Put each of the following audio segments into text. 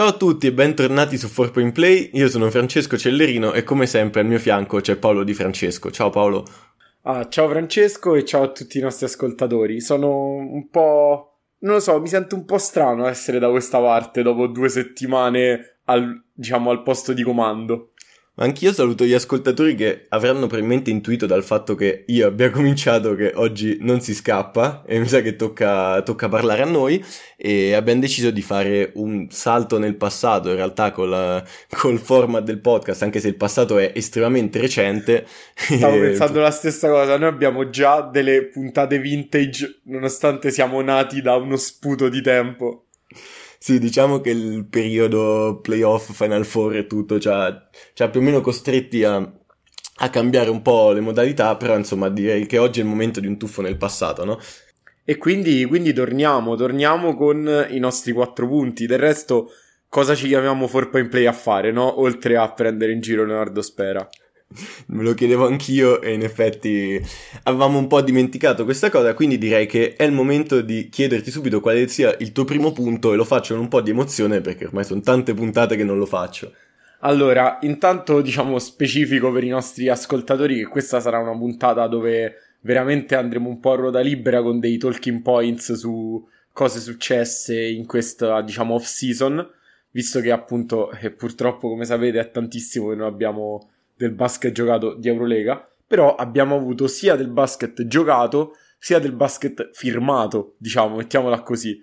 Ciao a tutti e bentornati su 4Point Play, io sono Francesco Cellerino e come sempre al mio fianco c'è Paolo Di Francesco. Ciao Paolo. Ciao Francesco e ciao a tutti i nostri ascoltatori. Sono un po'... non lo so, mi sento un po' strano essere da questa parte dopo 2 settimane al posto di comando. Anch'io saluto gli ascoltatori che avranno probabilmente intuito dal fatto che io abbia cominciato che oggi non si scappa e mi sa che tocca parlare a noi e abbiamo deciso di fare un salto nel passato in realtà col format del podcast, anche se il passato è estremamente recente. Stavo pensando la stessa cosa, noi abbiamo già delle puntate vintage nonostante siamo nati da uno sputo di tempo. Sì, diciamo che il periodo playoff, Final Four e tutto ci ha più o meno costretti a cambiare un po' le modalità, però insomma direi che oggi è il momento di un tuffo nel passato, no? E quindi torniamo con i nostri 4 punti. Del resto, cosa ci chiamiamo 4Point Play a fare, no? Oltre a prendere in giro Leonardo Spera. Me lo chiedevo anch'io e in effetti avevamo un po' dimenticato questa cosa, quindi direi che è il momento di chiederti subito quale sia il tuo primo punto e lo faccio con un po' di emozione perché ormai sono tante puntate che non lo faccio. Allora, intanto diciamo specifico per i nostri ascoltatori che questa sarà una puntata dove veramente andremo un po' a ruota libera con dei talking points su cose successe in questa, diciamo, off-season, visto che appunto, purtroppo come sapete è tantissimo che non abbiamo del basket giocato di Eurolega, però abbiamo avuto sia del basket giocato sia del basket firmato, diciamo, mettiamola così,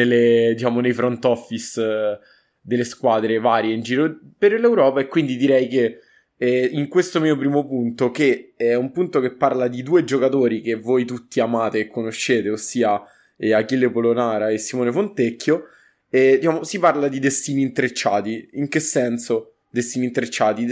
nei front office delle squadre varie in giro per l'Europa, e quindi direi che in questo mio primo punto, che è un punto che parla di 2 giocatori che voi tutti amate e conoscete, ossia Achille Polonara e Simone Fontecchio, diciamo, si parla di destini intrecciati. In che senso? Destini intrecciati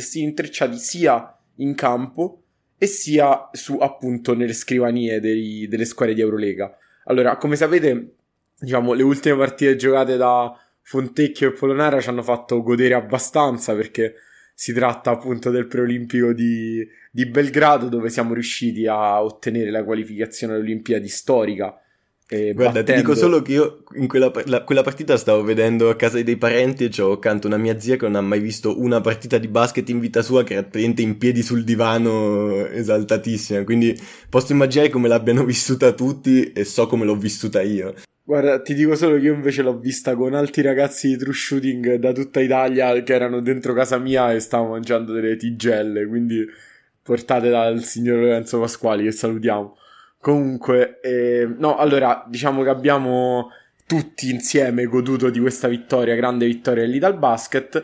sia in campo e sia su, appunto, nelle scrivanie delle squadre di Eurolega. Allora, come sapete, diciamo, le ultime partite giocate da Fontecchio e Polonara ci hanno fatto godere abbastanza, perché si tratta appunto del preolimpico di Belgrado, dove siamo riusciti a ottenere la qualificazione alle Olimpiadi storica. Guarda, ti dico solo che io in quella partita stavo vedendo a casa dei parenti e c'ho accanto una mia zia che non ha mai visto una partita di basket in vita sua, che era praticamente in piedi sul divano esaltatissima, quindi posso immaginare come l'abbiano vissuta tutti e so come l'ho vissuta io. Guarda, ti dico solo che io invece l'ho vista con altri ragazzi di true shooting da tutta Italia che erano dentro casa mia e stavamo mangiando delle tigelle, quindi portate dal signor Lorenzo Pasquali, che salutiamo. Comunque, no, allora, diciamo che abbiamo tutti insieme goduto di questa vittoria, grande vittoria dell'Italbasket,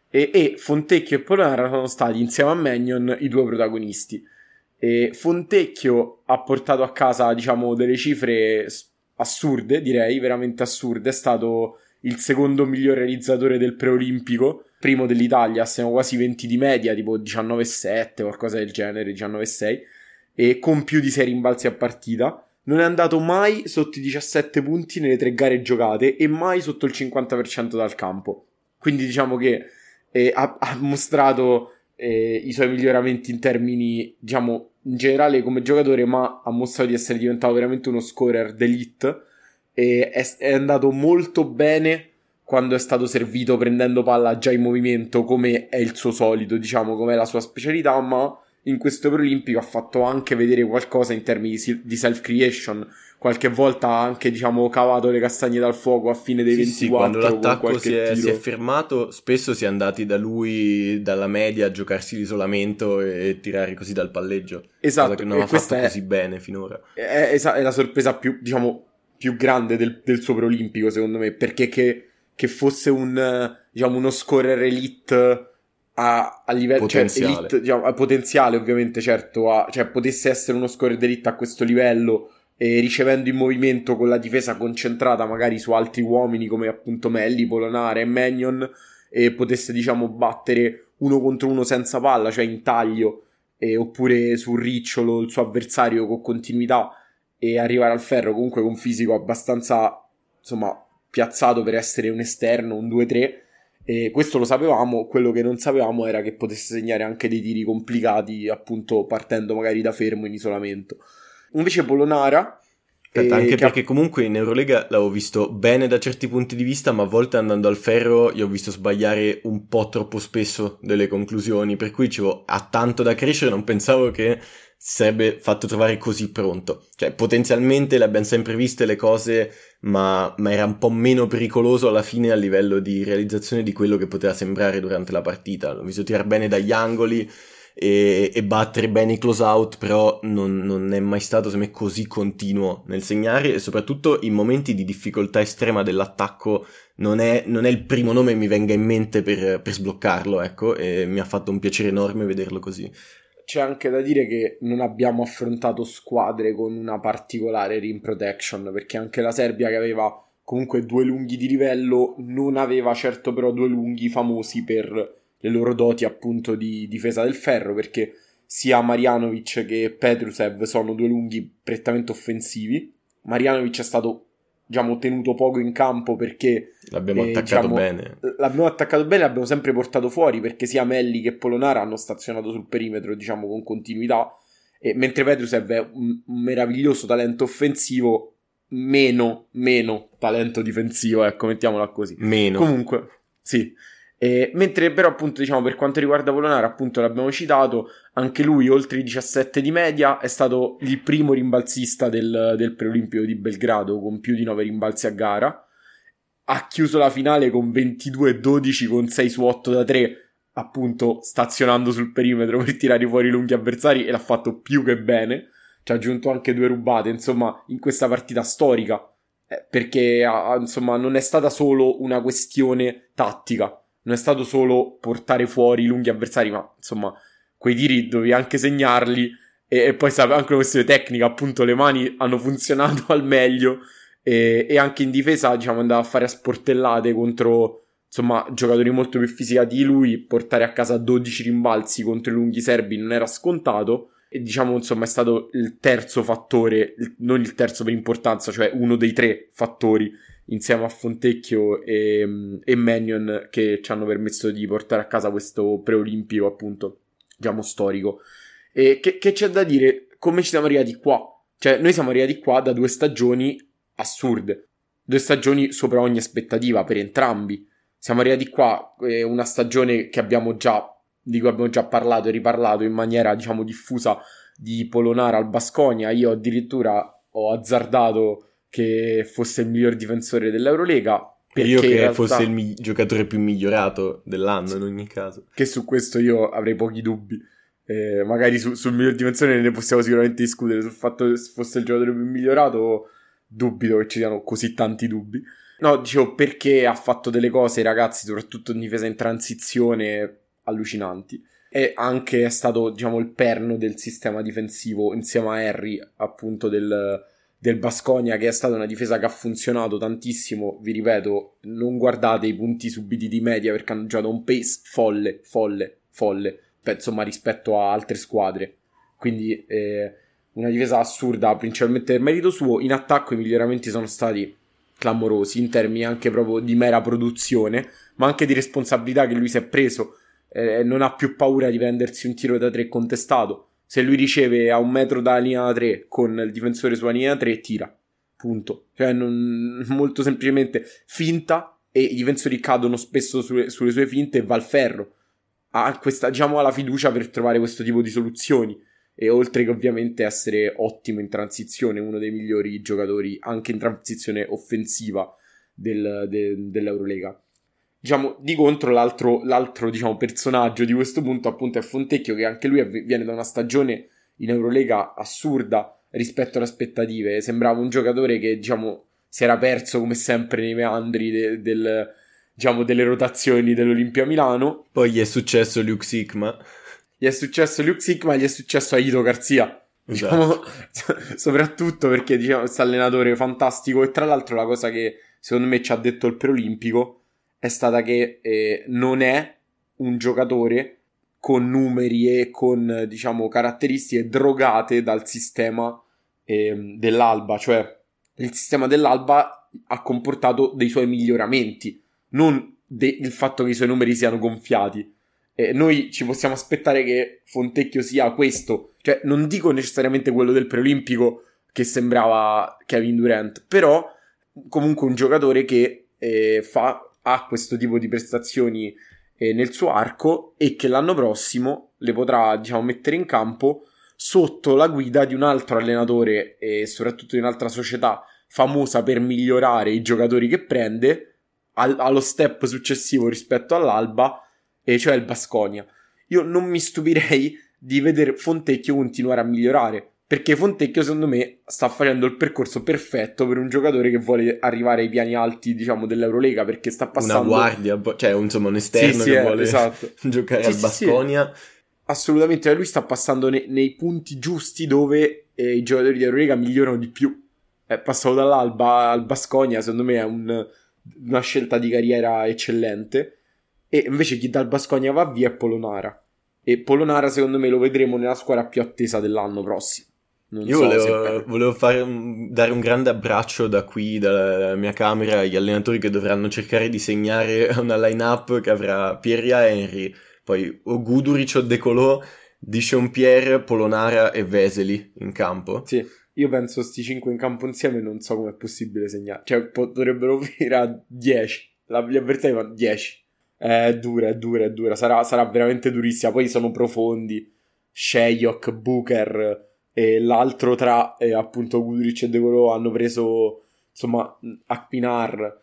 e Fontecchio e Polonara sono stati, insieme a Mannion, i 2 protagonisti. E Fontecchio ha portato a casa, diciamo, delle cifre assurde, direi, veramente assurde. È stato il secondo miglior realizzatore del preolimpico, primo dell'Italia, siamo quasi 20 di media, tipo 19,7, qualcosa del genere, 19,6, e con più di 6 rimbalzi a partita. Non è andato mai sotto i 17 punti nelle 3 gare giocate e mai sotto il 50% dal campo. Quindi diciamo che ha mostrato i suoi miglioramenti in termini, diciamo, in generale come giocatore, ma ha mostrato di essere diventato veramente uno scorer d'elite, e è andato molto bene quando è stato servito prendendo palla già in movimento, come è il suo solito, diciamo, come è la sua specialità, ma in questo preolimpico ha fatto anche vedere qualcosa in termini di self-creation. Qualche volta ha anche, diciamo, cavato le castagne dal fuoco a fine dei 24. Sì, quando l'attacco si è fermato, spesso si è andati da lui, dalla media, a giocarsi l'isolamento e tirare così dal palleggio. Esatto. Cosa che non ha fatto così bene finora. È la sorpresa più, diciamo, più grande del suo preolimpico, secondo me, perché che fosse diciamo, uno scorer elite a livello potenziale, cioè elite, diciamo, a potenziale, ovviamente, certo, cioè potesse essere uno scorer d'elite a questo livello, e ricevendo in movimento con la difesa concentrata magari su altri uomini come appunto Melli, Polonara e Mannion, e potesse, diciamo, battere 1 contro 1 senza palla, cioè in taglio, oppure sul ricciolo il suo avversario con continuità, e arrivare al ferro comunque con fisico abbastanza, insomma, piazzato per essere un esterno, un 2-3. E questo lo sapevamo. Quello che non sapevamo era che potesse segnare anche dei tiri complicati, appunto partendo magari da fermo in isolamento. Invece Polonara Anche perché comunque in Eurolega l'avevo visto bene da certi punti di vista, ma a volte andando al ferro io ho visto sbagliare un po' troppo spesso delle conclusioni, per cui ha tanto da crescere, non pensavo che si sarebbe fatto trovare così pronto. Cioè, potenzialmente le abbiamo sempre viste le cose, ma era un po' meno pericoloso alla fine a livello di realizzazione di quello che poteva sembrare durante la partita. L'ho visto tirare bene dagli angoli e battere bene i close out, però non è mai stato secondo me così continuo nel segnare, e soprattutto in momenti di difficoltà estrema dell'attacco non è il primo nome che mi venga in mente per sbloccarlo, ecco, e mi ha fatto un piacere enorme vederlo così. C'è anche da dire che non abbiamo affrontato squadre con una particolare rim protection, perché anche la Serbia, che aveva comunque due lunghi di livello, non aveva certo però due lunghi famosi per le loro doti appunto di difesa del ferro, perché sia Marjanovic che Petrusev sono due lunghi prettamente offensivi. Marjanovic è stato, diciamo, tenuto poco in campo perché l'abbiamo attaccato bene. L'abbiamo attaccato bene, l'abbiamo sempre portato fuori, perché sia Melli che Polonara hanno stazionato sul perimetro, diciamo, con continuità, e mentre Petrusev è un meraviglioso talento offensivo, meno talento difensivo, ecco, mettiamola così. Meno. Comunque, sì. Mentre però appunto, diciamo, per quanto riguarda Polonara, appunto l'abbiamo citato, anche lui oltre i 17 di media, è stato il primo rimbalzista del preolimpico di Belgrado con più di 9 rimbalzi a gara, ha chiuso la finale con 22-12 con 6 su 8 da 3, appunto stazionando sul perimetro per tirare fuori i lunghi avversari, e l'ha fatto più che bene, ci ha aggiunto anche 2 rubate, insomma, in questa partita storica, perché insomma non è stata solo una questione tattica, non è stato solo portare fuori i lunghi avversari, ma insomma quei tiri dovevi anche segnarli, e poi anche una questione tecnica, appunto le mani hanno funzionato al meglio, e anche in difesa, diciamo, andava a fare a sportellate contro, insomma, giocatori molto più fisicati di lui. Portare a casa 12 rimbalzi contro i lunghi serbi non era scontato, e diciamo, insomma, è stato il terzo fattore, non il terzo per importanza, cioè uno dei 3 fattori insieme a Fontecchio e Mannion, che ci hanno permesso di portare a casa questo preolimpico, appunto, diciamo, storico. E che c'è da dire? Come ci siamo arrivati qua? Cioè, noi siamo arrivati qua da 2 stagioni assurde, 2 stagioni sopra ogni aspettativa per entrambi. Siamo arrivati qua, una stagione di cui abbiamo già parlato e riparlato in maniera, diciamo, diffusa, di Polonara al Baskonia. Io addirittura ho azzardato che fosse il miglior difensore dell'Eurolega, io che realtà fosse il giocatore più migliorato dell'anno in ogni caso. Che su questo io avrei pochi dubbi. Magari sul miglior difensore ne possiamo sicuramente discutere. Sul fatto che fosse il giocatore più migliorato dubito che ci siano così tanti dubbi. No, dicevo, perché ha fatto delle cose, ragazzi, soprattutto in difesa in transizione, allucinanti. E anche è stato, diciamo, il perno del sistema difensivo insieme a Harry, appunto, del Baskonia, che è stata una difesa che ha funzionato tantissimo. Vi ripeto, non guardate i punti subiti di media, perché hanno giocato un pace folle, insomma, rispetto a altre squadre. Quindi una difesa assurda, principalmente per merito suo. In attacco i miglioramenti sono stati clamorosi, in termini anche proprio di mera produzione, ma anche di responsabilità che lui si è preso. Non ha più paura di prendersi un tiro da 3 contestato. Se lui riceve a 1 metro dalla linea da 3 con il difensore sulla linea da 3, tira, punto. Cioè, molto semplicemente finta, e i difensori cadono spesso sulle sue finte, e va al ferro. Ha questa, diciamo, ha la fiducia per trovare questo tipo di soluzioni, e oltre che ovviamente essere ottimo in transizione, uno dei migliori giocatori anche in transizione offensiva dell'Eurolega. Diciamo, di contro l'altro diciamo, personaggio di questo punto, appunto, è Fontecchio, che anche lui viene da una stagione in Eurolega assurda rispetto alle aspettative. Sembrava un giocatore che, diciamo, si era perso come sempre nei meandri diciamo, delle rotazioni dell'Olimpia Milano. Poi gli è successo Luke Sikma, gli è successo Aido Garcia, diciamo, soprattutto perché, diciamo, questo allenatore fantastico. E tra l'altro la cosa che secondo me ci ha detto il preolimpico è stata che non è un giocatore con numeri e con, diciamo, caratteristiche drogate dal sistema dell'Alba. Cioè, il sistema dell'Alba ha comportato dei suoi miglioramenti, non il fatto che i suoi numeri siano gonfiati. Noi ci possiamo aspettare che Fontecchio sia questo, cioè non dico necessariamente quello del preolimpico, che sembrava Kevin Durant, però comunque un giocatore che ha questo tipo di prestazioni nel suo arco e che l'anno prossimo le potrà, diciamo, mettere in campo sotto la guida di un altro allenatore e soprattutto di un'altra società famosa per migliorare i giocatori che prende allo step successivo rispetto all'Alba, e cioè il Baskonia. Io non mi stupirei di vedere Fontecchio continuare a migliorare, perché Fontecchio secondo me sta facendo il percorso perfetto per un giocatore che vuole arrivare ai piani alti, diciamo, dell'Eurolega, perché sta passando una guardia, cioè insomma un esterno che vuole esatto. giocare al Baskonia. Assolutamente, lui sta passando nei punti giusti dove i giocatori di Eurolega migliorano di più. È passato dall'Alba al Baskonia, secondo me è una scelta di carriera eccellente. E invece chi dal Baskonia va via è Polonara. E Polonara secondo me lo vedremo nella squadra più attesa dell'anno prossimo. Io volevo dare un grande abbraccio da qui, dalla mia camera, agli allenatori che dovranno cercare di segnare una line-up che avrà Pierre Henry, poi o Guduric o De Colo, Dechampierre, Polonara e Vesely in campo. Sì, io penso sti 5 in campo insieme non so come è possibile segnare. Cioè dovrebbero finire a 10. Gli avversari vanno 10. È dura. Sarà veramente durissima. Poi sono profondi. Sheyok, Booker e l'altro tra appunto Guduric e De Colo hanno preso, insomma, Akpinar.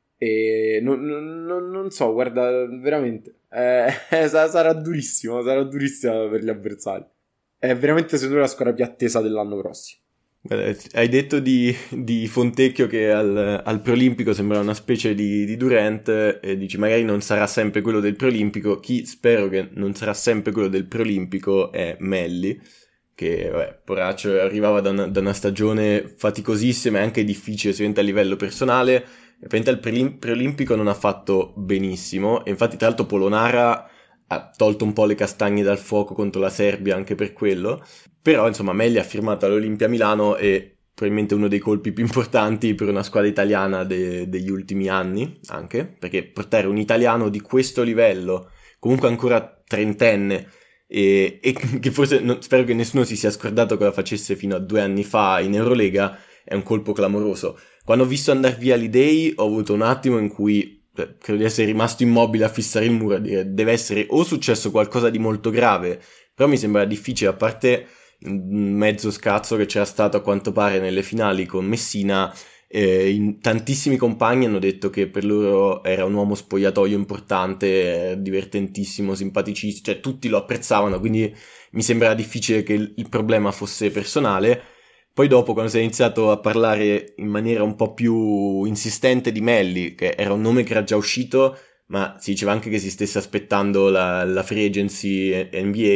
E non so, guarda, veramente sarà durissimo per gli avversari. È veramente secondo me la squadra più attesa dell'anno prossimo. Hai detto di Fontecchio che al preolimpico sembra una specie di Durant, e dici magari non sarà sempre quello del preolimpico. Chi spero che non sarà sempre quello del preolimpico è Melli, che poraccio arrivava da una stagione faticosissima e anche difficile sicuramente a livello personale. Al preolimpico non ha fatto benissimo, e infatti tra l'altro Polonara ha tolto un po' le castagne dal fuoco contro la Serbia anche per quello, però insomma Melli ha firmato all'Olimpia Milano, e probabilmente uno dei colpi più importanti per una squadra italiana degli ultimi anni, anche perché portare un italiano di questo livello, comunque ancora trentenne, e che forse spero che nessuno si sia scordato che la facesse fino a 2 anni fa in Eurolega, è un colpo clamoroso. Quando ho visto andare via l'Idei ho avuto un attimo in cui credo di essere rimasto immobile a fissare il muro, a dire deve essere o successo qualcosa di molto grave, però mi sembra difficile, a parte un mezzo scazzo che c'era stato a quanto pare nelle finali con Messina. Tantissimi compagni hanno detto che per loro era un uomo spogliatoio importante, divertentissimo, simpaticissimo, cioè tutti lo apprezzavano, quindi mi sembra difficile che il problema fosse personale. Poi dopo, quando si è iniziato a parlare in maniera un po' più insistente di Melli, che era un nome che era già uscito, ma si diceva anche che si stesse aspettando la free agency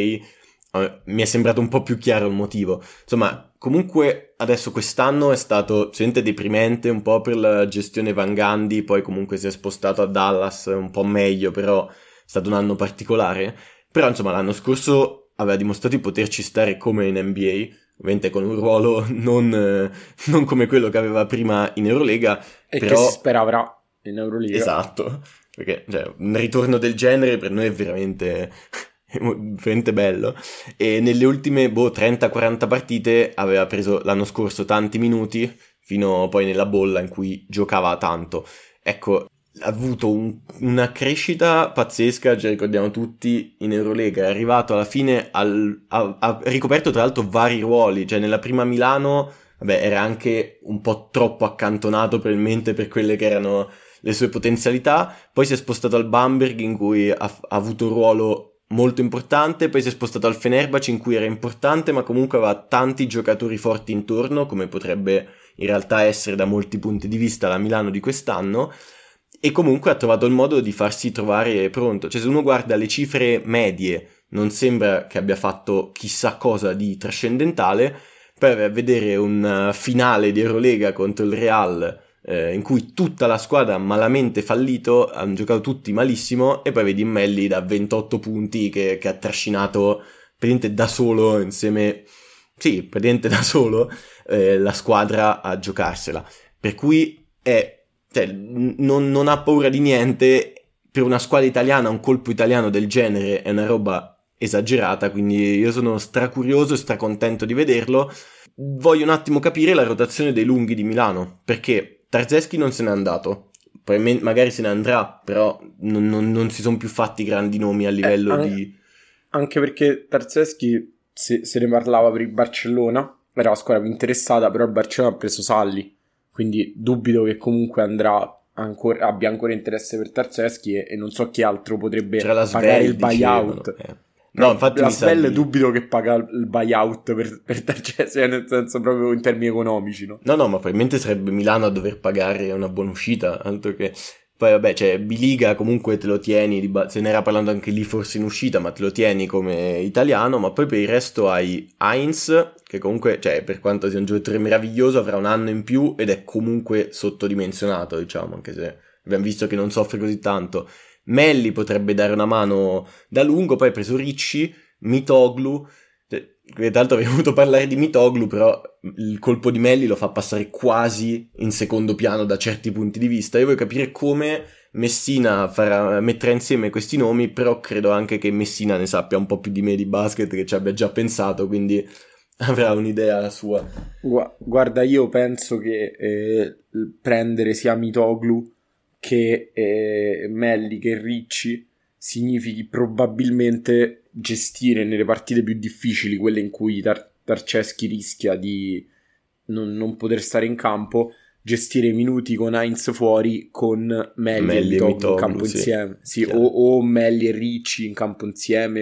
NBA, mi è sembrato un po' più chiaro il motivo. Insomma, comunque adesso quest'anno è stato sicuramente deprimente un po' per la gestione Van Gundy, poi comunque si è spostato a Dallas un po' meglio, però è stato un anno particolare. Però insomma l'anno scorso aveva dimostrato di poterci stare come in NBA, ovviamente con un ruolo non come quello che aveva prima in Eurolega, e però che si spera avrà in Eurolega. Esatto, perché un ritorno del genere per noi è veramente bello. E nelle ultime 30-40 partite aveva preso l'anno scorso tanti minuti, fino poi nella bolla in cui giocava tanto. Ecco, ha avuto una crescita pazzesca, ci ricordiamo tutti, in Eurolega. È arrivato alla fine, ha ricoperto tra l'altro vari ruoli, cioè nella prima Milano era anche un po' troppo accantonato probabilmente per quelle che erano le sue potenzialità. Poi si è spostato al Bamberg, in cui ha avuto un ruolo molto importante. Poi si è spostato al Fenerbahce, in cui era importante ma comunque aveva tanti giocatori forti intorno, come potrebbe in realtà essere da molti punti di vista la Milano di quest'anno. E comunque ha trovato il modo di farsi trovare pronto. Cioè, se uno guarda le cifre medie, non sembra che abbia fatto chissà cosa di trascendentale. Per vedere un finale di Eurolega contro il Real, in cui tutta la squadra ha malamente fallito, hanno giocato tutti malissimo, e poi vedi Melli da 28 punti che ha trascinato praticamente da solo, la squadra a giocarsela. Per cui non ha paura di niente. Per una squadra italiana un colpo italiano del genere è una roba esagerata, quindi io sono stracurioso e stracontento di vederlo. voglio un attimo capire la rotazione dei lunghi di Milano, perché Tarzeschi non se n'è andato, probabilmente magari se ne andrà, però non si sono più fatti grandi nomi a livello di... Anche perché Tarzeschi se ne parlava per il Barcellona, era la squadra più interessata, però il Barcellona ha preso Salli, quindi dubito che comunque abbia ancora interesse per Tarzeschi e non so chi altro potrebbe pagare il buyout. No, infatti la Svel dubito che paga il buyout per Tarzeschi, nel senso proprio in termini economici, no? No, ma probabilmente sarebbe Milano a dover pagare una buona uscita, altro che... Poi vabbè, cioè, Biliga comunque te lo tieni, se ne era parlando anche lì forse in uscita, ma te lo tieni come italiano, ma poi per il resto hai Heinz, che comunque, cioè, per quanto sia un giocatore meraviglioso, avrà un anno in più ed è comunque sottodimensionato, diciamo, anche se abbiamo visto che non soffre così tanto. Melli potrebbe dare una mano da lungo, poi hai preso Ricci, Mitoglu... Tra l'altro avrei voluto parlare di Mitoglu, però il colpo di Melli lo fa passare quasi in secondo piano da certi punti di vista. Io voglio capire come Messina metterà insieme questi nomi, però credo anche che Messina ne sappia un po' più di me di basket, che ci abbia già pensato, quindi avrà un'idea sua. Guarda, io penso che prendere sia Mitoglu che Melli che Ricci significhi probabilmente gestire nelle partite più difficili, quelle in cui Tarceschi rischia di non poter stare in campo, gestire i minuti con Heinz fuori, con Melli e Mitoglu in campo insieme, sì, o Melli e Ricci in campo insieme,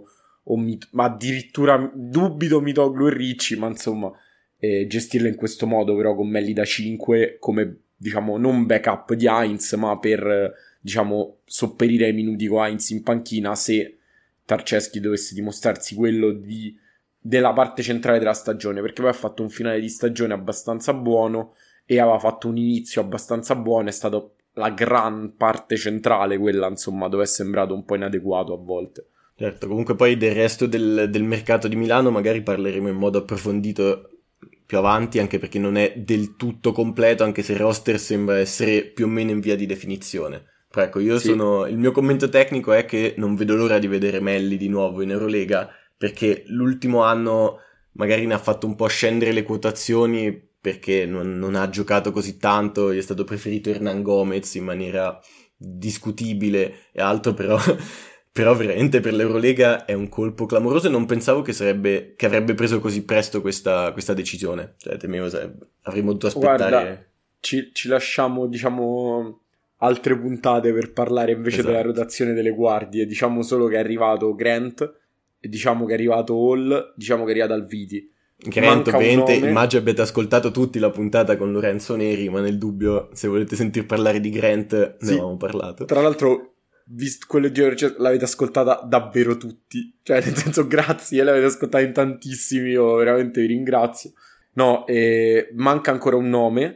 ma addirittura dubito Mitoglu e Ricci, ma insomma gestirle in questo modo, però con Melli da 5 come, diciamo, non backup di Heinz, ma per, diciamo, sopperire ai minuti con Heinz in panchina se Tarceschi dovesse dimostrarsi quello della parte centrale della stagione, perché poi ha fatto un finale di stagione abbastanza buono e aveva fatto un inizio abbastanza buono, è stata la gran parte centrale quella, insomma, dove è sembrato un po' inadeguato a volte. Certo, comunque poi del resto del mercato di Milano magari parleremo in modo approfondito più avanti, anche perché non è del tutto completo, anche se il roster sembra essere più o meno in via di definizione. Però ecco, il mio commento tecnico è che non vedo l'ora di vedere Melli di nuovo in Eurolega, perché l'ultimo anno magari ne ha fatto un po' scendere le quotazioni perché non ha giocato così tanto, gli è stato preferito Hernan Gomez in maniera discutibile e altro, però veramente per l'Eurolega è un colpo clamoroso e non pensavo che avrebbe preso così presto questa decisione. Cioè, temevo avremmo dovuto aspettare. Guarda, ci lasciamo, diciamo, altre puntate per parlare invece della rotazione delle guardie. Diciamo solo che è arrivato Grant, diciamo che è arrivato Hall, diciamo che è arrivato Alviti. Grant, ovviamente, immagino abbiate ascoltato tutti la puntata con Lorenzo Neri, ma nel dubbio, se volete sentir parlare di Grant, ne avevamo parlato. Tra l'altro, visto quello di oggi, l'avete ascoltata davvero tutti, cioè nel senso grazie, l'avete ascoltata in tantissimi, io veramente vi ringrazio. No, manca ancora un nome,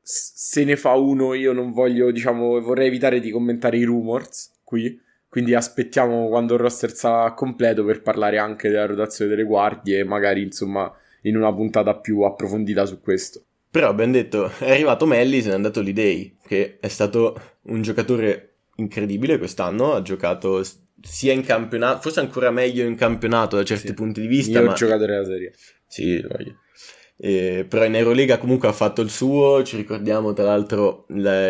se ne fa uno io non voglio, diciamo, vorrei evitare di commentare i rumors qui, quindi aspettiamo quando il roster sarà completo per parlare anche della rotazione delle guardie e magari, insomma, in una puntata più approfondita su questo. Però abbiamo detto, è arrivato Melli, se n'è andato Lidei, che è stato un giocatore incredibile quest'anno, ha giocato sia in campionato, forse ancora meglio in campionato da certi punti di vista. Io giocatore della serie. Sì, voglio. Però in Eurolega comunque ha fatto il suo, ci ricordiamo tra l'altro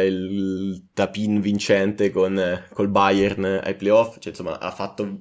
il tap-in vincente col Bayern ai playoff, cioè insomma ha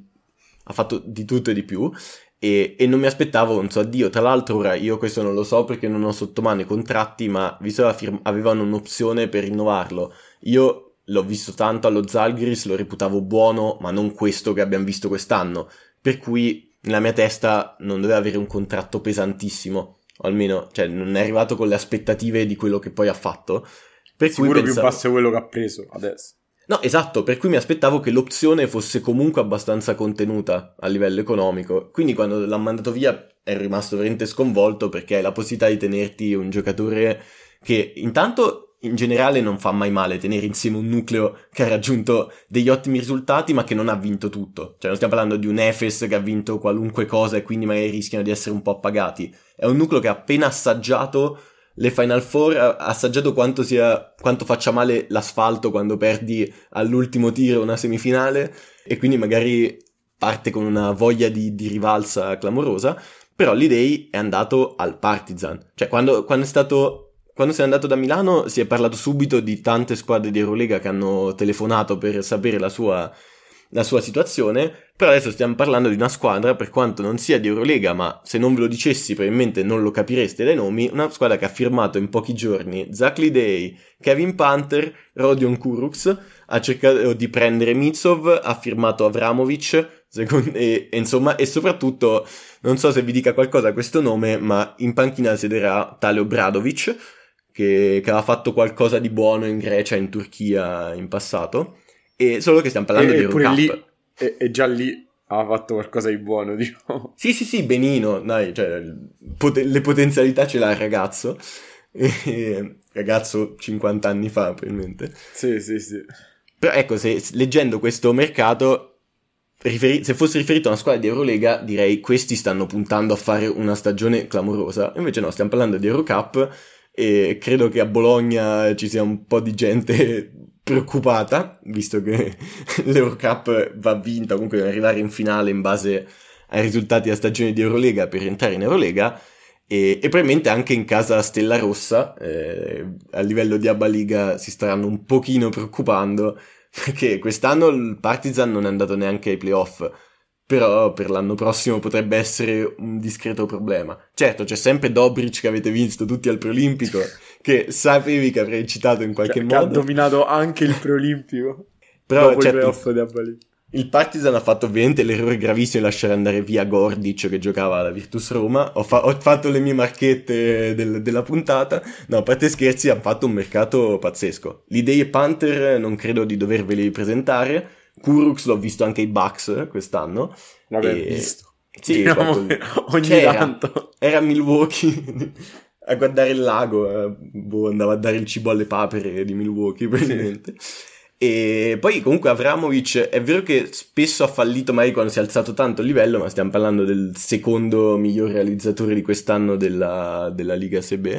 fatto di tutto e di più e non mi aspettavo un suo addio. Tra l'altro ora io questo non lo so perché non ho sotto mano i contratti, ma visto che avevano un'opzione per rinnovarlo, io l'ho visto tanto allo Zalgiris, lo reputavo buono, ma non questo che abbiamo visto quest'anno, per cui nella mia testa non doveva avere un contratto pesantissimo, o almeno, cioè, non è arrivato con le aspettative di quello che poi ha fatto. Per sicuro cui più basso è quello che ha preso adesso. No, esatto, per cui mi aspettavo che l'opzione fosse comunque abbastanza contenuta a livello economico. Quindi quando l'ha mandato via ero rimasto veramente sconvolto, perché hai la possibilità di tenerti un giocatore che intanto in generale non fa mai male tenere insieme un nucleo che ha raggiunto degli ottimi risultati ma che non ha vinto tutto. Cioè non stiamo parlando di un Efes che ha vinto qualunque cosa e quindi magari rischiano di essere un po' appagati. È un nucleo che ha appena assaggiato le Final Four, ha assaggiato quanto faccia male l'asfalto quando perdi all'ultimo tiro una semifinale, e quindi magari parte con una voglia di rivalsa clamorosa. però l'Idei è andato al Partizan. Cioè, quando sei andato da Milano si è parlato subito di tante squadre di Eurolega che hanno telefonato per sapere la sua situazione, però adesso stiamo parlando di una squadra, per quanto non sia di Eurolega, ma se non ve lo dicessi probabilmente non lo capireste dai nomi, una squadra che ha firmato in pochi giorni Zach Lidey, Kevin Panther, Rodion Kurucs, ha cercato di prendere Mitsov, ha firmato Avramovic, insomma, e soprattutto, non so se vi dica qualcosa questo nome, ma in panchina siederà tale Obradovic, che aveva fatto qualcosa di buono in Grecia, in Turchia in passato, e solo che stiamo parlando di Eurocup. E già lì ha fatto qualcosa di buono, diciamo. Sì, benino, dai, cioè, le potenzialità ce l'ha il ragazzo, ragazzo 50 anni fa probabilmente. Sì. Però ecco, leggendo questo mercato, se fosse riferito a una squadra di Eurolega, direi questi stanno puntando a fare una stagione clamorosa, invece no, stiamo parlando di Eurocup, e credo che a Bologna ci sia un po' di gente preoccupata, visto che l'Eurocup va vinta, comunque deve arrivare in finale in base ai risultati della stagione di Eurolega per entrare in Eurolega, e probabilmente anche in casa Stella Rossa, a livello di Abba Liga si staranno un pochino preoccupando, perché quest'anno il Partizan non è andato neanche ai playoff, però per l'anno prossimo potrebbe essere un discreto problema. Certo, c'è sempre Dobric, che avete visto tutti al preolimpico, che sapevi che avrei citato in qualche modo. Che ha dominato anche il preolimpico. Però dopo certo, i playoff di Abba Liga. Il Partizan ha fatto ovviamente l'errore gravissimo di lasciare andare via Gordic, che giocava alla Virtus Roma. Ho fatto le mie marchette della puntata. No, a parte scherzi, hanno fatto un mercato pazzesco. L'Idei e Panther non credo di doverveli presentare. Kurucs l'ho visto anche ai Bucks quest'anno. L'avevo visto. Sì, diciamo ogni tanto. Era a Milwaukee a guardare il lago. Andava a dare il cibo alle papere di Milwaukee, probabilmente. E poi comunque Avramovic è vero che spesso ha fallito magari quando si è alzato tanto il livello, ma stiamo parlando del secondo miglior realizzatore di quest'anno della Liga SB,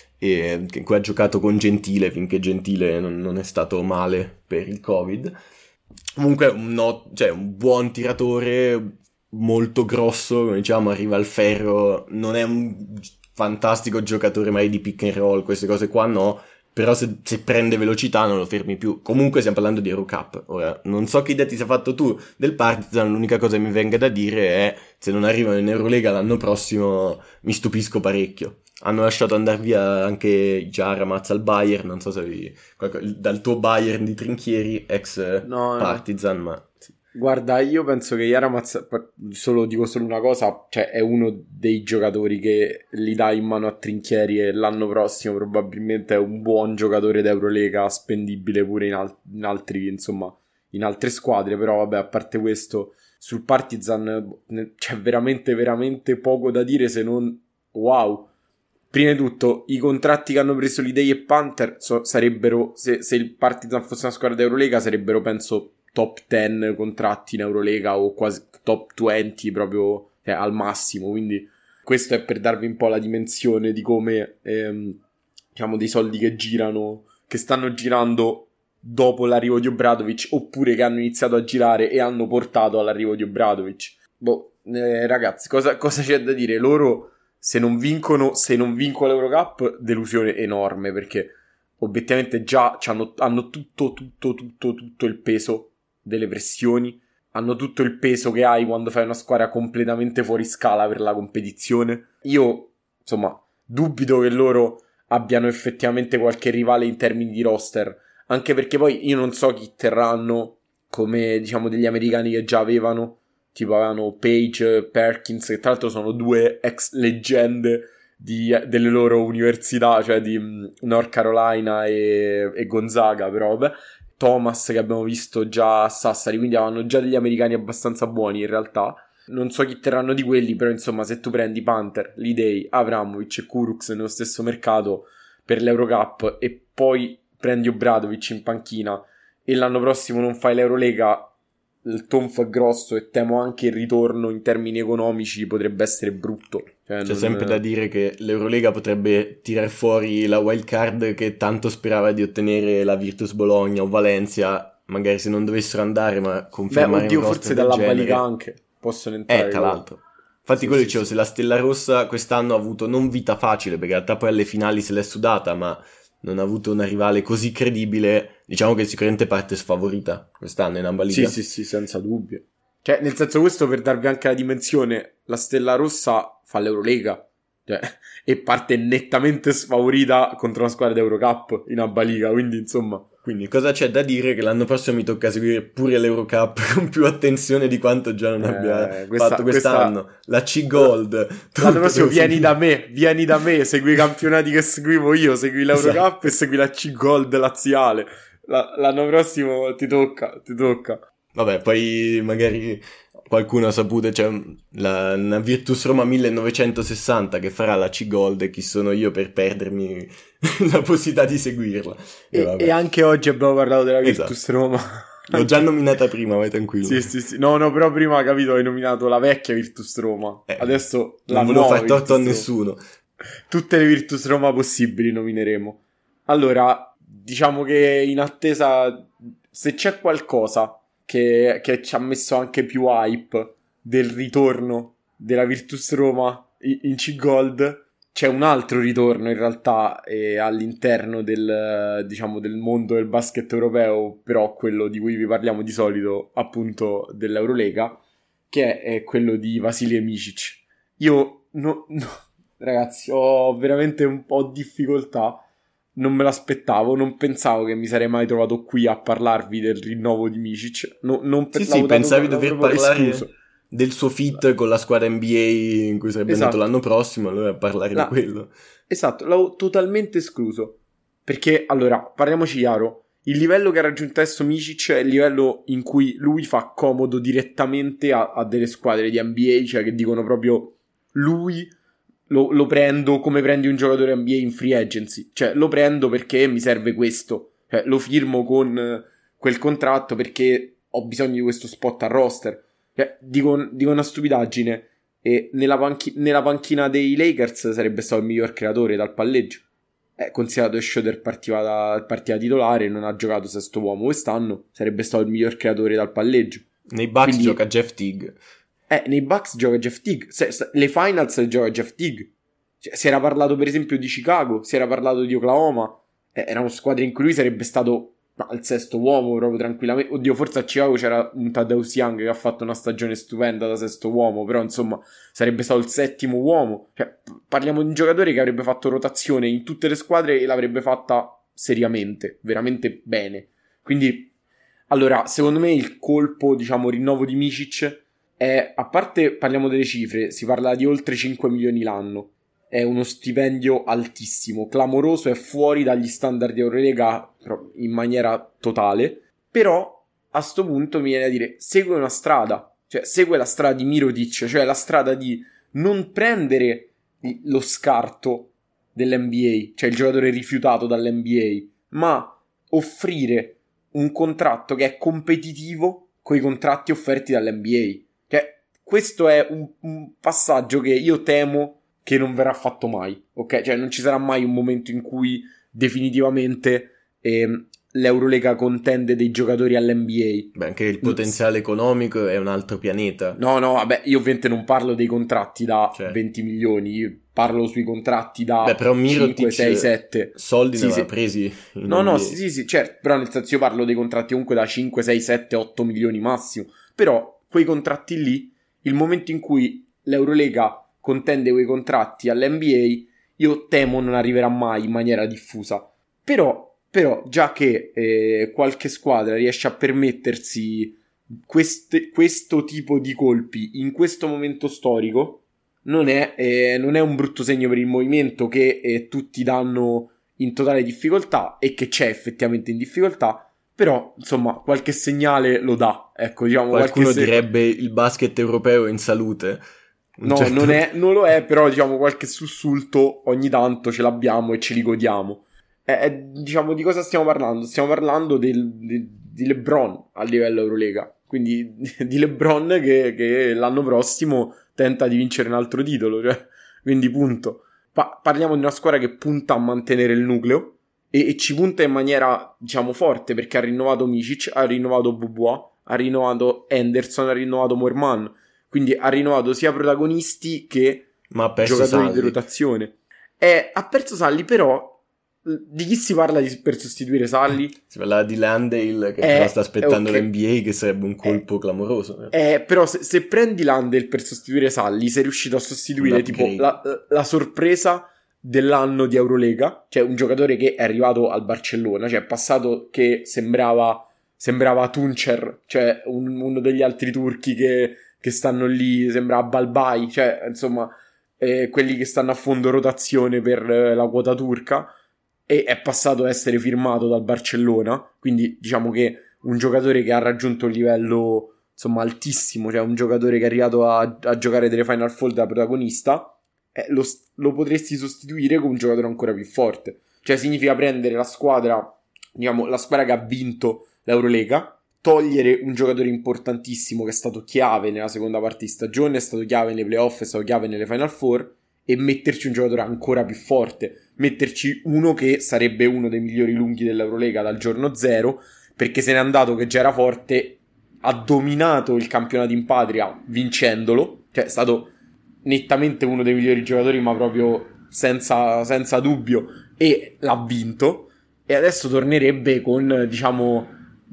e che ha giocato con Gentile finché Gentile non è stato male per il Covid. Comunque un buon tiratore, molto grosso, come diciamo, arriva al ferro, non è un fantastico giocatore mai di pick and roll, queste cose qua no, però se prende velocità non lo fermi più. Comunque stiamo parlando di Eurocup. Ora, non so che idea ti sei fatto tu del Partizan, l'unica cosa che mi venga da dire è se non arrivano in Eurolega l'anno prossimo mi stupisco parecchio. Hanno lasciato andare via anche Jaramaz al Bayern, non so se dal tuo Bayern di Trinchieri, ex Partizan, ma... Sì. Guarda, io penso che Jaramaz, dico solo una cosa, cioè è uno dei giocatori che li dà in mano a Trinchieri e l'anno prossimo probabilmente è un buon giocatore d'Eurolega, spendibile pure in altri, insomma, in altre squadre, però vabbè, a parte questo, sul Partizan c'è veramente, veramente poco da dire se non wow. Prima di tutto, i contratti che hanno preso l'Idei e Panther sarebbero, se il Partizan fosse una squadra d'Eurolega, sarebbero, penso, top 10 contratti in Eurolega o quasi top 20 proprio al massimo, quindi questo è per darvi un po' la dimensione di come diciamo dei soldi che stanno girando dopo l'arrivo di Obradovic, oppure che hanno iniziato a girare e hanno portato all'arrivo di Obradovic. Ragazzi, cosa c'è da dire? Loro se non vincono l'Eurocup, delusione enorme, perché obiettivamente già hanno tutto il peso delle pressioni, hanno tutto il peso che hai quando fai una squadra completamente fuori scala per la competizione. Io, insomma, dubito che loro abbiano effettivamente qualche rivale in termini di roster, anche perché poi io non so chi terranno come, diciamo, degli americani che già avevano Page, Perkins, che tra l'altro sono due ex leggende delle loro università, cioè di North Carolina e Gonzaga, però vabbè. Thomas, che abbiamo visto già a Sassari, quindi avevano già degli americani abbastanza buoni in realtà. Non so chi terranno di quelli, però insomma se tu prendi Panther, Lidey, Avramovic e Kurucs nello stesso mercato per l'Eurocup e poi prendi Obradovic in panchina e l'anno prossimo non fai l'Eurolega, il tonfo è grosso e temo anche il ritorno in termini economici potrebbe essere brutto. C'è sempre da dire che l'Eurolega potrebbe tirare fuori la wild card che tanto sperava di ottenere la Virtus Bologna o Valencia, magari se non dovessero andare, ma confermare un roster forse del dalla genere. Liga anche possono entrare. Tra l'altro. Infatti Sì, quello sì, dicevo, sì. se la Stella Rossa quest'anno ha avuto non vita facile, perché in realtà poi alle finali se l'è sudata, ma non ha avuto una rivale così credibile, diciamo che sicuramente parte sfavorita quest'anno in Amba Sì, Liga. sì, sì, senza dubbio. Cioè, nel senso, questo per darvi anche la dimensione, la Stella Rossa fa l'Eurolega, cioè, e parte nettamente sfavorita contro la squadra d'Eurocup in Abba Liga, quindi insomma... Quindi cosa c'è da dire? Che l'anno prossimo mi tocca seguire pure l'Eurocup con più attenzione di quanto già non abbia fatto Questa... quest'anno. La C-Gold, L'anno tutto prossimo devo seguire. vieni da me, segui i campionati che seguivo io, segui l'Eurocup e Esatto. segui la C-Gold laziale. L'anno prossimo ti tocca, ti tocca. Vabbè, poi magari qualcuno ha saputo, c'è una Virtus Roma 1960 che farà la C-Gold e chi sono io per perdermi la possibilità di seguirla. E E vabbè, anche oggi abbiamo parlato della esatto. Virtus Roma. L'ho già nominata prima, vai tranquillo. Sì, sì, sì. No, no, però prima, capito, hai nominato la vecchia Virtus Roma. Adesso la Non volevo nuova far torto a Virtus Roma. nessuno. Tutte le Virtus Roma possibili nomineremo. Allora, diciamo che in attesa, se c'è qualcosa che ci ha messo anche più hype del ritorno della Virtus Roma in C-Gold, c'è un altro ritorno in realtà all'interno del, diciamo, del mondo del basket europeo, però quello di cui vi parliamo di solito, appunto dell'Eurolega, che è quello di Vasilije Micic. Io ragazzi, ho veramente un po' di difficoltà. Non me l'aspettavo, non pensavo che mi sarei mai trovato qui a parlarvi del rinnovo di Micic. Sì, sì, pensavi di l'avevo dover proprio escluso. parlare del suo fit con la squadra NBA in cui sarebbe andato Esatto. l'anno prossimo, allora parlare di quello. Esatto, l'avevo totalmente escluso. Perché, allora, parliamoci chiaro, il livello che ha raggiunto adesso Micic è il livello in cui lui fa comodo direttamente a delle squadre di NBA, cioè che dicono proprio lui lo prendo come prendi un giocatore NBA in free agency, cioè lo prendo perché mi serve questo, cioè lo firmo con quel contratto perché ho bisogno di questo spot a roster. Cioè, dico una stupidaggine, e nella panchina dei Lakers sarebbe stato il miglior creatore dal palleggio. Considerato che Schroeder partiva titolare, non ha giocato sesto uomo quest'anno, sarebbe stato il miglior creatore dal palleggio. Nei Bucks Quindi, gioca Jeff Teague. nei Bucks gioca Jeff Teague, le finals le gioca Jeff Teague. Cioè, si era parlato per esempio di Chicago, si era parlato di Oklahoma, erano squadre in cui lui sarebbe stato il sesto uomo proprio tranquillamente. Oddio, forse a Chicago c'era un Tadeusz Young che ha fatto una stagione stupenda da sesto uomo, però insomma sarebbe stato il settimo uomo. Cioè, parliamo di un giocatore che avrebbe fatto rotazione in tutte le squadre e l'avrebbe fatta seriamente, veramente bene. Quindi, allora, secondo me il colpo, diciamo, rinnovo di Micic è, a parte parliamo delle cifre, si parla di oltre 5 milioni l'anno. È uno stipendio altissimo, clamoroso, è fuori dagli standard di Eurolega in maniera totale. Però a sto punto mi viene a dire, segue una strada, cioè segue la strada di Mirotic, cioè la strada di non prendere lo scarto dell'NBA, cioè il giocatore rifiutato dall'NBA, ma offrire un contratto che è competitivo con i contratti offerti dall'NBA. Cioè, questo è un passaggio che io temo che non verrà fatto mai, ok? Cioè non ci sarà mai un momento in cui definitivamente l'Eurolega contende dei giocatori all'NBA. Beh, anche il potenziale economico è un altro pianeta. No, vabbè, io ovviamente non parlo dei contratti da Cioè. 20 milioni, io parlo sui contratti da Beh, però 5, 6, 7. Soldi Sì, ne sì. aveva presi in No, NBA. sì, certo, però nel senso io parlo dei contratti comunque da 5, 6, 7, 8 milioni massimo. Però quei contratti lì, il momento in cui l'Eurolega contende quei contratti all'NBA, io temo non arriverà mai in maniera diffusa. Però già che qualche squadra riesce a permettersi questo tipo di colpi in questo momento storico, non è un brutto segno per il movimento che tutti danno in totale difficoltà e che c'è effettivamente in difficoltà. Però, insomma, qualche segnale lo dà. Ecco, diciamo, qualcuno direbbe il basket europeo è in salute. No, non lo è, però diciamo qualche sussulto ogni tanto ce l'abbiamo e ce li godiamo. Diciamo, di cosa stiamo parlando? Stiamo parlando di LeBron a livello Eurolega. Quindi di LeBron che l'anno prossimo tenta di vincere un altro titolo. Cioè, quindi punto. Parliamo di una squadra che punta a mantenere il nucleo e ci punta in maniera, diciamo, forte, perché ha rinnovato Micic, ha rinnovato Bobois, ha rinnovato Henderson, ha rinnovato Moerman. quindi ha rinnovato sia protagonisti che Ma ha perso giocatori Salli. di rotazione. Ha perso Salli, però di chi si parla per sostituire Salli? Si parlava di Landale che però sta aspettando ok. l'NBA, che sarebbe un colpo clamoroso. Però se prendi Landale per sostituire Salli, sei riuscito a sostituire Un tipo upgrade. la sorpresa dell'anno di Eurolega, cioè un giocatore che è arrivato al Barcellona, cioè è passato che sembrava Tuncer, cioè uno degli altri turchi che stanno lì, sembrava Balbai, cioè insomma quelli che stanno a fondo rotazione per la quota turca, e è passato a essere firmato dal Barcellona, quindi diciamo che un giocatore che ha raggiunto un livello insomma altissimo, cioè un giocatore che è arrivato a giocare delle Final Four da protagonista, lo potresti sostituire con un giocatore ancora più forte. Cioè significa prendere la squadra, diciamo, la squadra che ha vinto l'Eurolega, togliere un giocatore importantissimo che è stato chiave nella seconda parte di stagione, è stato chiave nei playoff, è stato chiave nelle Final Four, e metterci un giocatore ancora più forte, metterci uno che sarebbe uno dei migliori lunghi dell'Eurolega dal giorno zero, perché se n'è andato che già era forte, ha dominato il campionato in patria vincendolo, cioè è stato nettamente uno dei migliori giocatori, ma proprio senza dubbio, e l'ha vinto, e adesso tornerebbe con, diciamo,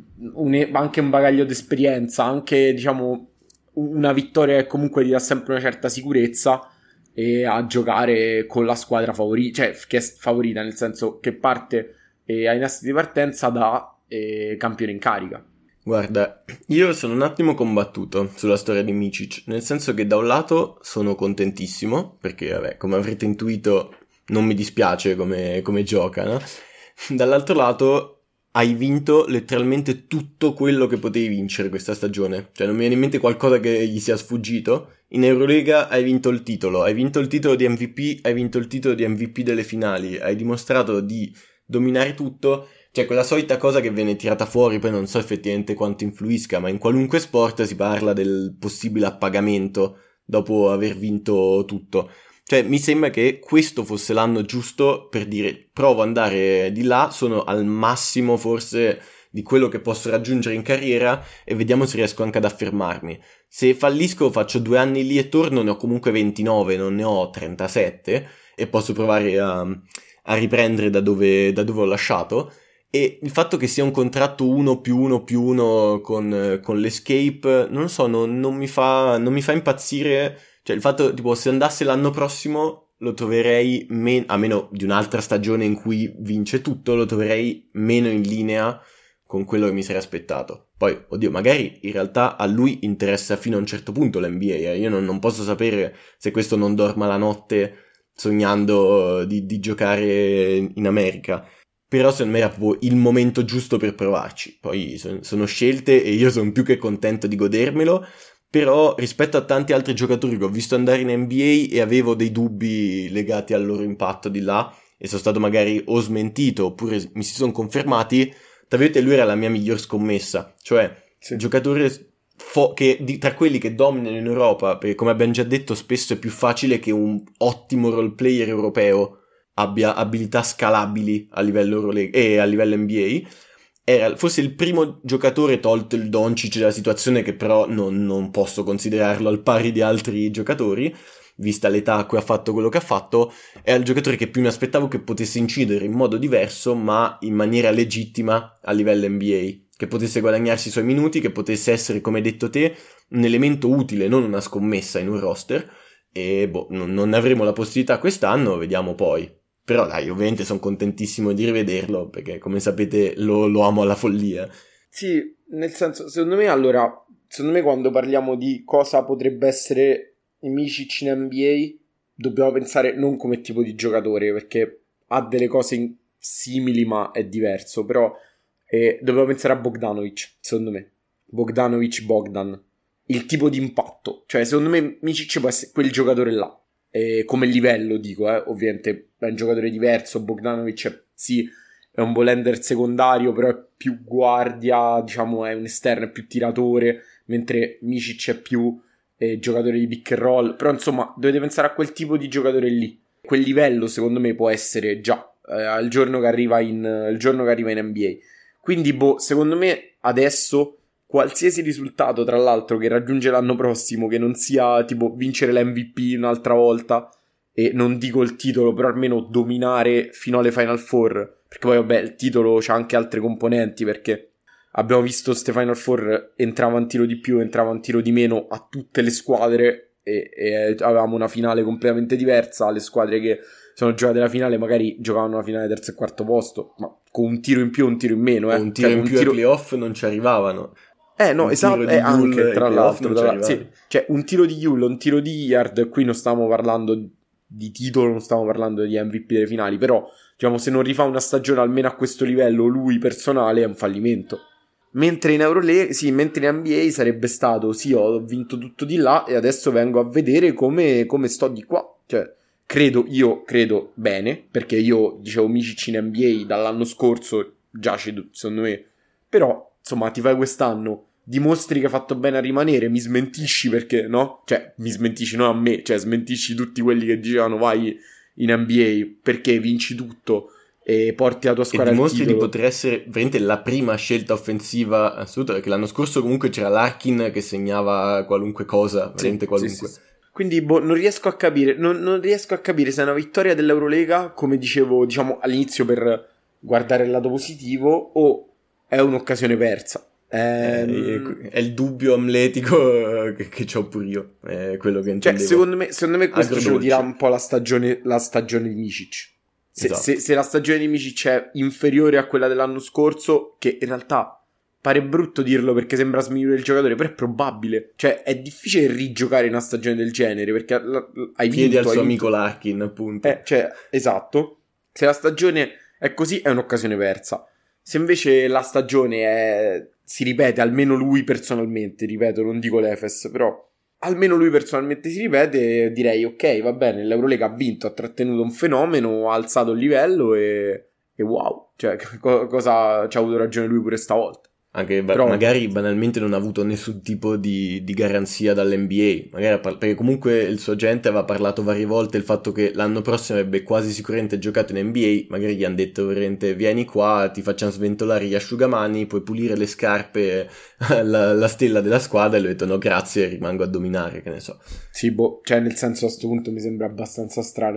anche un bagaglio d'esperienza, anche, diciamo, una vittoria che comunque gli dà sempre una certa sicurezza, e a giocare con la squadra favorita, cioè che è favorita nel senso che parte ai nastri di partenza da campione in carica. Guarda, io sono un attimo combattuto sulla storia di Micic, nel senso che da un lato sono contentissimo, perché vabbè, come avrete intuito non mi dispiace come gioca, no? Dall'altro lato hai vinto letteralmente tutto quello che potevi vincere questa stagione, cioè non mi viene in mente qualcosa che gli sia sfuggito. In Eurolega hai vinto il titolo di MVP, hai vinto il titolo di MVP delle finali, hai dimostrato di dominare tutto. Cioè quella solita cosa che viene tirata fuori, poi non so effettivamente quanto influisca, ma in qualunque sport si parla del possibile appagamento dopo aver vinto tutto. Cioè mi sembra che questo fosse l'anno giusto per dire provo ad andare di là, sono al massimo forse di quello che posso raggiungere in carriera e vediamo se riesco anche ad affermarmi. Se fallisco faccio 2 anni lì e torno, ne ho comunque 29, non ne ho 37 e posso provare a riprendere da dove ho lasciato. E il fatto che sia un contratto 1+1+1 con l'escape, non lo so, non mi fa impazzire. Cioè il fatto, tipo, se andasse l'anno prossimo lo troverei, a meno di un'altra stagione in cui vince tutto, lo troverei meno in linea con quello che mi sarei aspettato. Poi, oddio, magari in realtà a lui interessa fino a un certo punto l'NBA, io non posso sapere se questo non dorma la notte sognando di giocare in America. Però secondo me era proprio il momento giusto per provarci. Poi sono scelte e io sono più che contento di godermelo, però rispetto a tanti altri giocatori che ho visto andare in NBA e avevo dei dubbi legati al loro impatto di là, e sono stato magari o smentito oppure mi si sono confermati, davvero lui era la mia miglior scommessa. Cioè, Sì. giocatore tra quelli che dominano in Europa, perché come abbiamo già detto spesso è più facile che un ottimo role player europeo abbia abilità scalabili a livello Eurolega e a livello NBA. Era forse il primo giocatore, tolto il Doncic della situazione, che però non posso considerarlo al pari di altri giocatori, vista l'età a cui ha fatto quello che ha fatto. Era il giocatore che più mi aspettavo che potesse incidere in modo diverso, ma in maniera legittima a livello NBA, che potesse guadagnarsi i suoi minuti, che potesse essere, come hai detto te, un elemento utile, non una scommessa in un roster. E non ne avremo la possibilità quest'anno, vediamo poi. Però dai, ovviamente sono contentissimo di rivederlo, perché come sapete lo amo alla follia. Sì, nel senso, secondo me quando parliamo di cosa potrebbe essere Micic in NBA, dobbiamo pensare non come tipo di giocatore, perché ha delle cose simili ma è diverso, però dobbiamo pensare a Bogdanovic, secondo me. Bogdan. Il tipo di impatto. Cioè, secondo me Micic può essere quel giocatore là. Come livello, dico, ovviamente è un giocatore diverso. Bogdanovic sì, è un ball handler secondario, però è più guardia, diciamo, è un esterno, è più tiratore, mentre Micic è più giocatore di pick and roll. Però insomma, dovete pensare a quel tipo di giocatore lì. Quel livello, secondo me, può essere già il giorno che arriva in NBA. Quindi, secondo me, adesso qualsiasi risultato, tra l'altro, che raggiunge l'anno prossimo, che non sia tipo vincere l'MVP un'altra volta, e non dico il titolo, però almeno dominare fino alle Final Four, perché poi vabbè il titolo c'ha anche altre componenti, perché abbiamo visto ste Final Four entrava un tiro di più, entrava un tiro di meno a tutte le squadre, e avevamo una finale completamente diversa. Le squadre che sono giocate la finale magari giocavano la finale terzo e quarto posto, ma con un tiro in più o un tiro in meno, un tiro in più ai playoff non ci arrivavano. No, esatto, anche tra l'altro sì. Cioè un tiro di Yule, un tiro di Yard, qui non stiamo parlando di titolo, non stiamo parlando di MVP delle finali, però diciamo se non rifà una stagione almeno a questo livello lui personale è un fallimento. Mentre in Euroleague, sì, mentre in NBA sarebbe stato sì, ho vinto tutto di là e adesso vengo a vedere come sto di qua. Cioè credo bene, perché io dicevo Micic in NBA dall'anno scorso giace secondo me, però insomma ti fai quest'anno, dimostri che hai fatto bene a rimanere, mi smentisci perché no? Cioè mi smentisci non a me, cioè smentisci tutti quelli che dicevano vai in NBA perché vinci tutto e porti la tua squadra al titolo. E dimostri di poter essere veramente la prima scelta offensiva assoluta, perché l'anno scorso comunque c'era Larkin che segnava qualunque cosa, veramente qualunque. Sì. Quindi non riesco a capire, non riesco a capire se è una vittoria dell'Eurolega, come dicevo, diciamo all'inizio per guardare il lato positivo, o è un'occasione persa. È il dubbio amletico che c'ho pure io, è quello che intendevo. Cioè, secondo me questo ce lo dirà un po' la stagione di Micic. Se la stagione di Micic è inferiore a quella dell'anno scorso, che in realtà pare brutto dirlo perché sembra sminuire il giocatore, però è probabile. Cioè è difficile rigiocare in una stagione del genere, perché hai vinto. Chiedi al suo amico Larkin, appunto. Cioè, esatto. Se la stagione è così è un'occasione persa. Se invece la stagione si ripete, almeno lui personalmente, ripeto, non dico l'Efes, però almeno lui personalmente si ripete, direi ok, va bene, l'Eurolega ha vinto, ha trattenuto un fenomeno, ha alzato il livello e wow, cioè cosa ci ha avuto ragione lui pure stavolta. Anche però magari banalmente non ha avuto nessun tipo di garanzia dall'NBA, magari perché comunque il suo agente aveva parlato varie volte del fatto che l'anno prossimo avrebbe quasi sicuramente giocato in NBA, magari gli hanno detto veramente vieni qua, ti facciamo sventolare gli asciugamani, puoi pulire le scarpe alla stella della squadra, e lui ha detto no grazie, rimango a dominare, che ne so. Sì, cioè nel senso a sto punto mi sembra abbastanza strano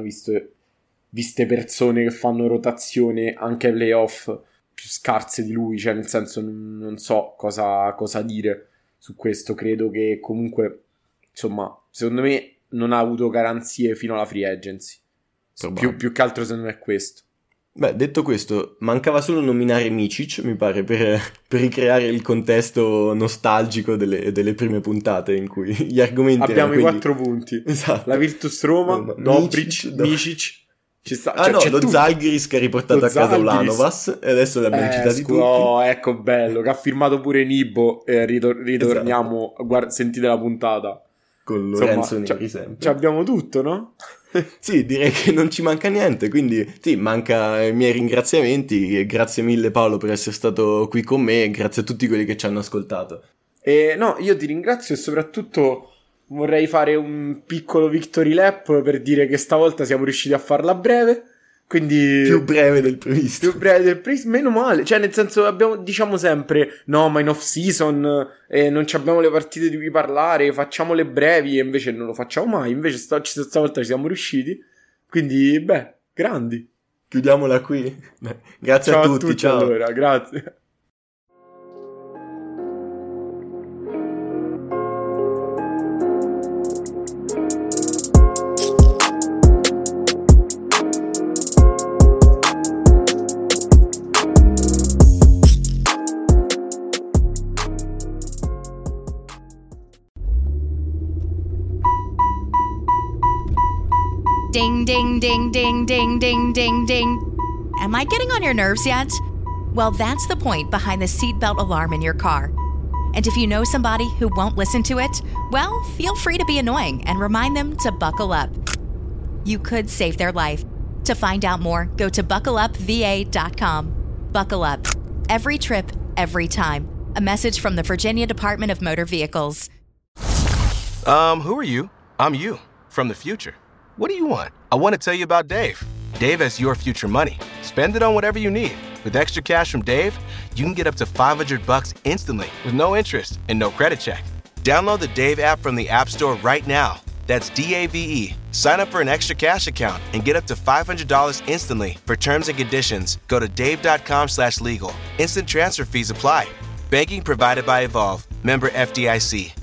viste persone che fanno rotazione anche ai playoff più scarse di lui, cioè nel senso non so cosa dire su questo. Credo che comunque insomma secondo me non ha avuto garanzie fino alla free agency, più che altro secondo me è questo. Beh, detto questo, mancava solo nominare Micic, mi pare, per ricreare il contesto nostalgico delle prime puntate in cui gli argomenti abbiamo erano i 4 punti. Esatto. La Virtus Roma, Dobric, Micic. Ci sta, lo Zalgiris che ha riportato a casa Ulanovas, e adesso l'abbiamo citati tutti. Oh, ecco bello, che ha firmato pure Nibo, ritorniamo, sentite la puntata. Con Lorenzo Neri sempre. Ci abbiamo tutto, no? Sì, direi che non ci manca niente, quindi sì, manca i miei ringraziamenti, grazie mille Paolo per essere stato qui con me, e grazie a tutti quelli che ci hanno ascoltato. No, io ti ringrazio e soprattutto vorrei fare un piccolo victory lap per dire che stavolta siamo riusciti a farla breve, quindi più breve del previsto. Meno male, cioè nel senso diciamo sempre no, ma in off season non abbiamo le partite di cui parlare, facciamole brevi, e invece non lo facciamo mai. Invece stavolta ci siamo riusciti, quindi grandi. Chiudiamola qui. Grazie ciao a tutti, ciao. Allora, grazie. Ding, ding, ding, ding, ding, ding, ding, ding. Am I getting on your nerves yet? Well, that's the point behind the seatbelt alarm in your car. And if you know somebody who won't listen to it, well, feel free to be annoying and remind them to buckle up. You could save their life. To find out more, go to buckleupva.com. Buckle up. Every trip, every time. A message from the Virginia Department of Motor Vehicles. Who are you? I'm you, from the future. What do you want? I want to tell you about Dave. Dave has your future money. Spend it on whatever you need. With extra cash from Dave, you can get up to $500 instantly with no interest and no credit check. Download the Dave app from the App Store right now. That's DAVE. Sign up for an extra cash account and get up to $500 instantly. For terms and conditions, go to dave.com/legal. Instant transfer fees apply. Banking provided by Evolve. Member FDIC.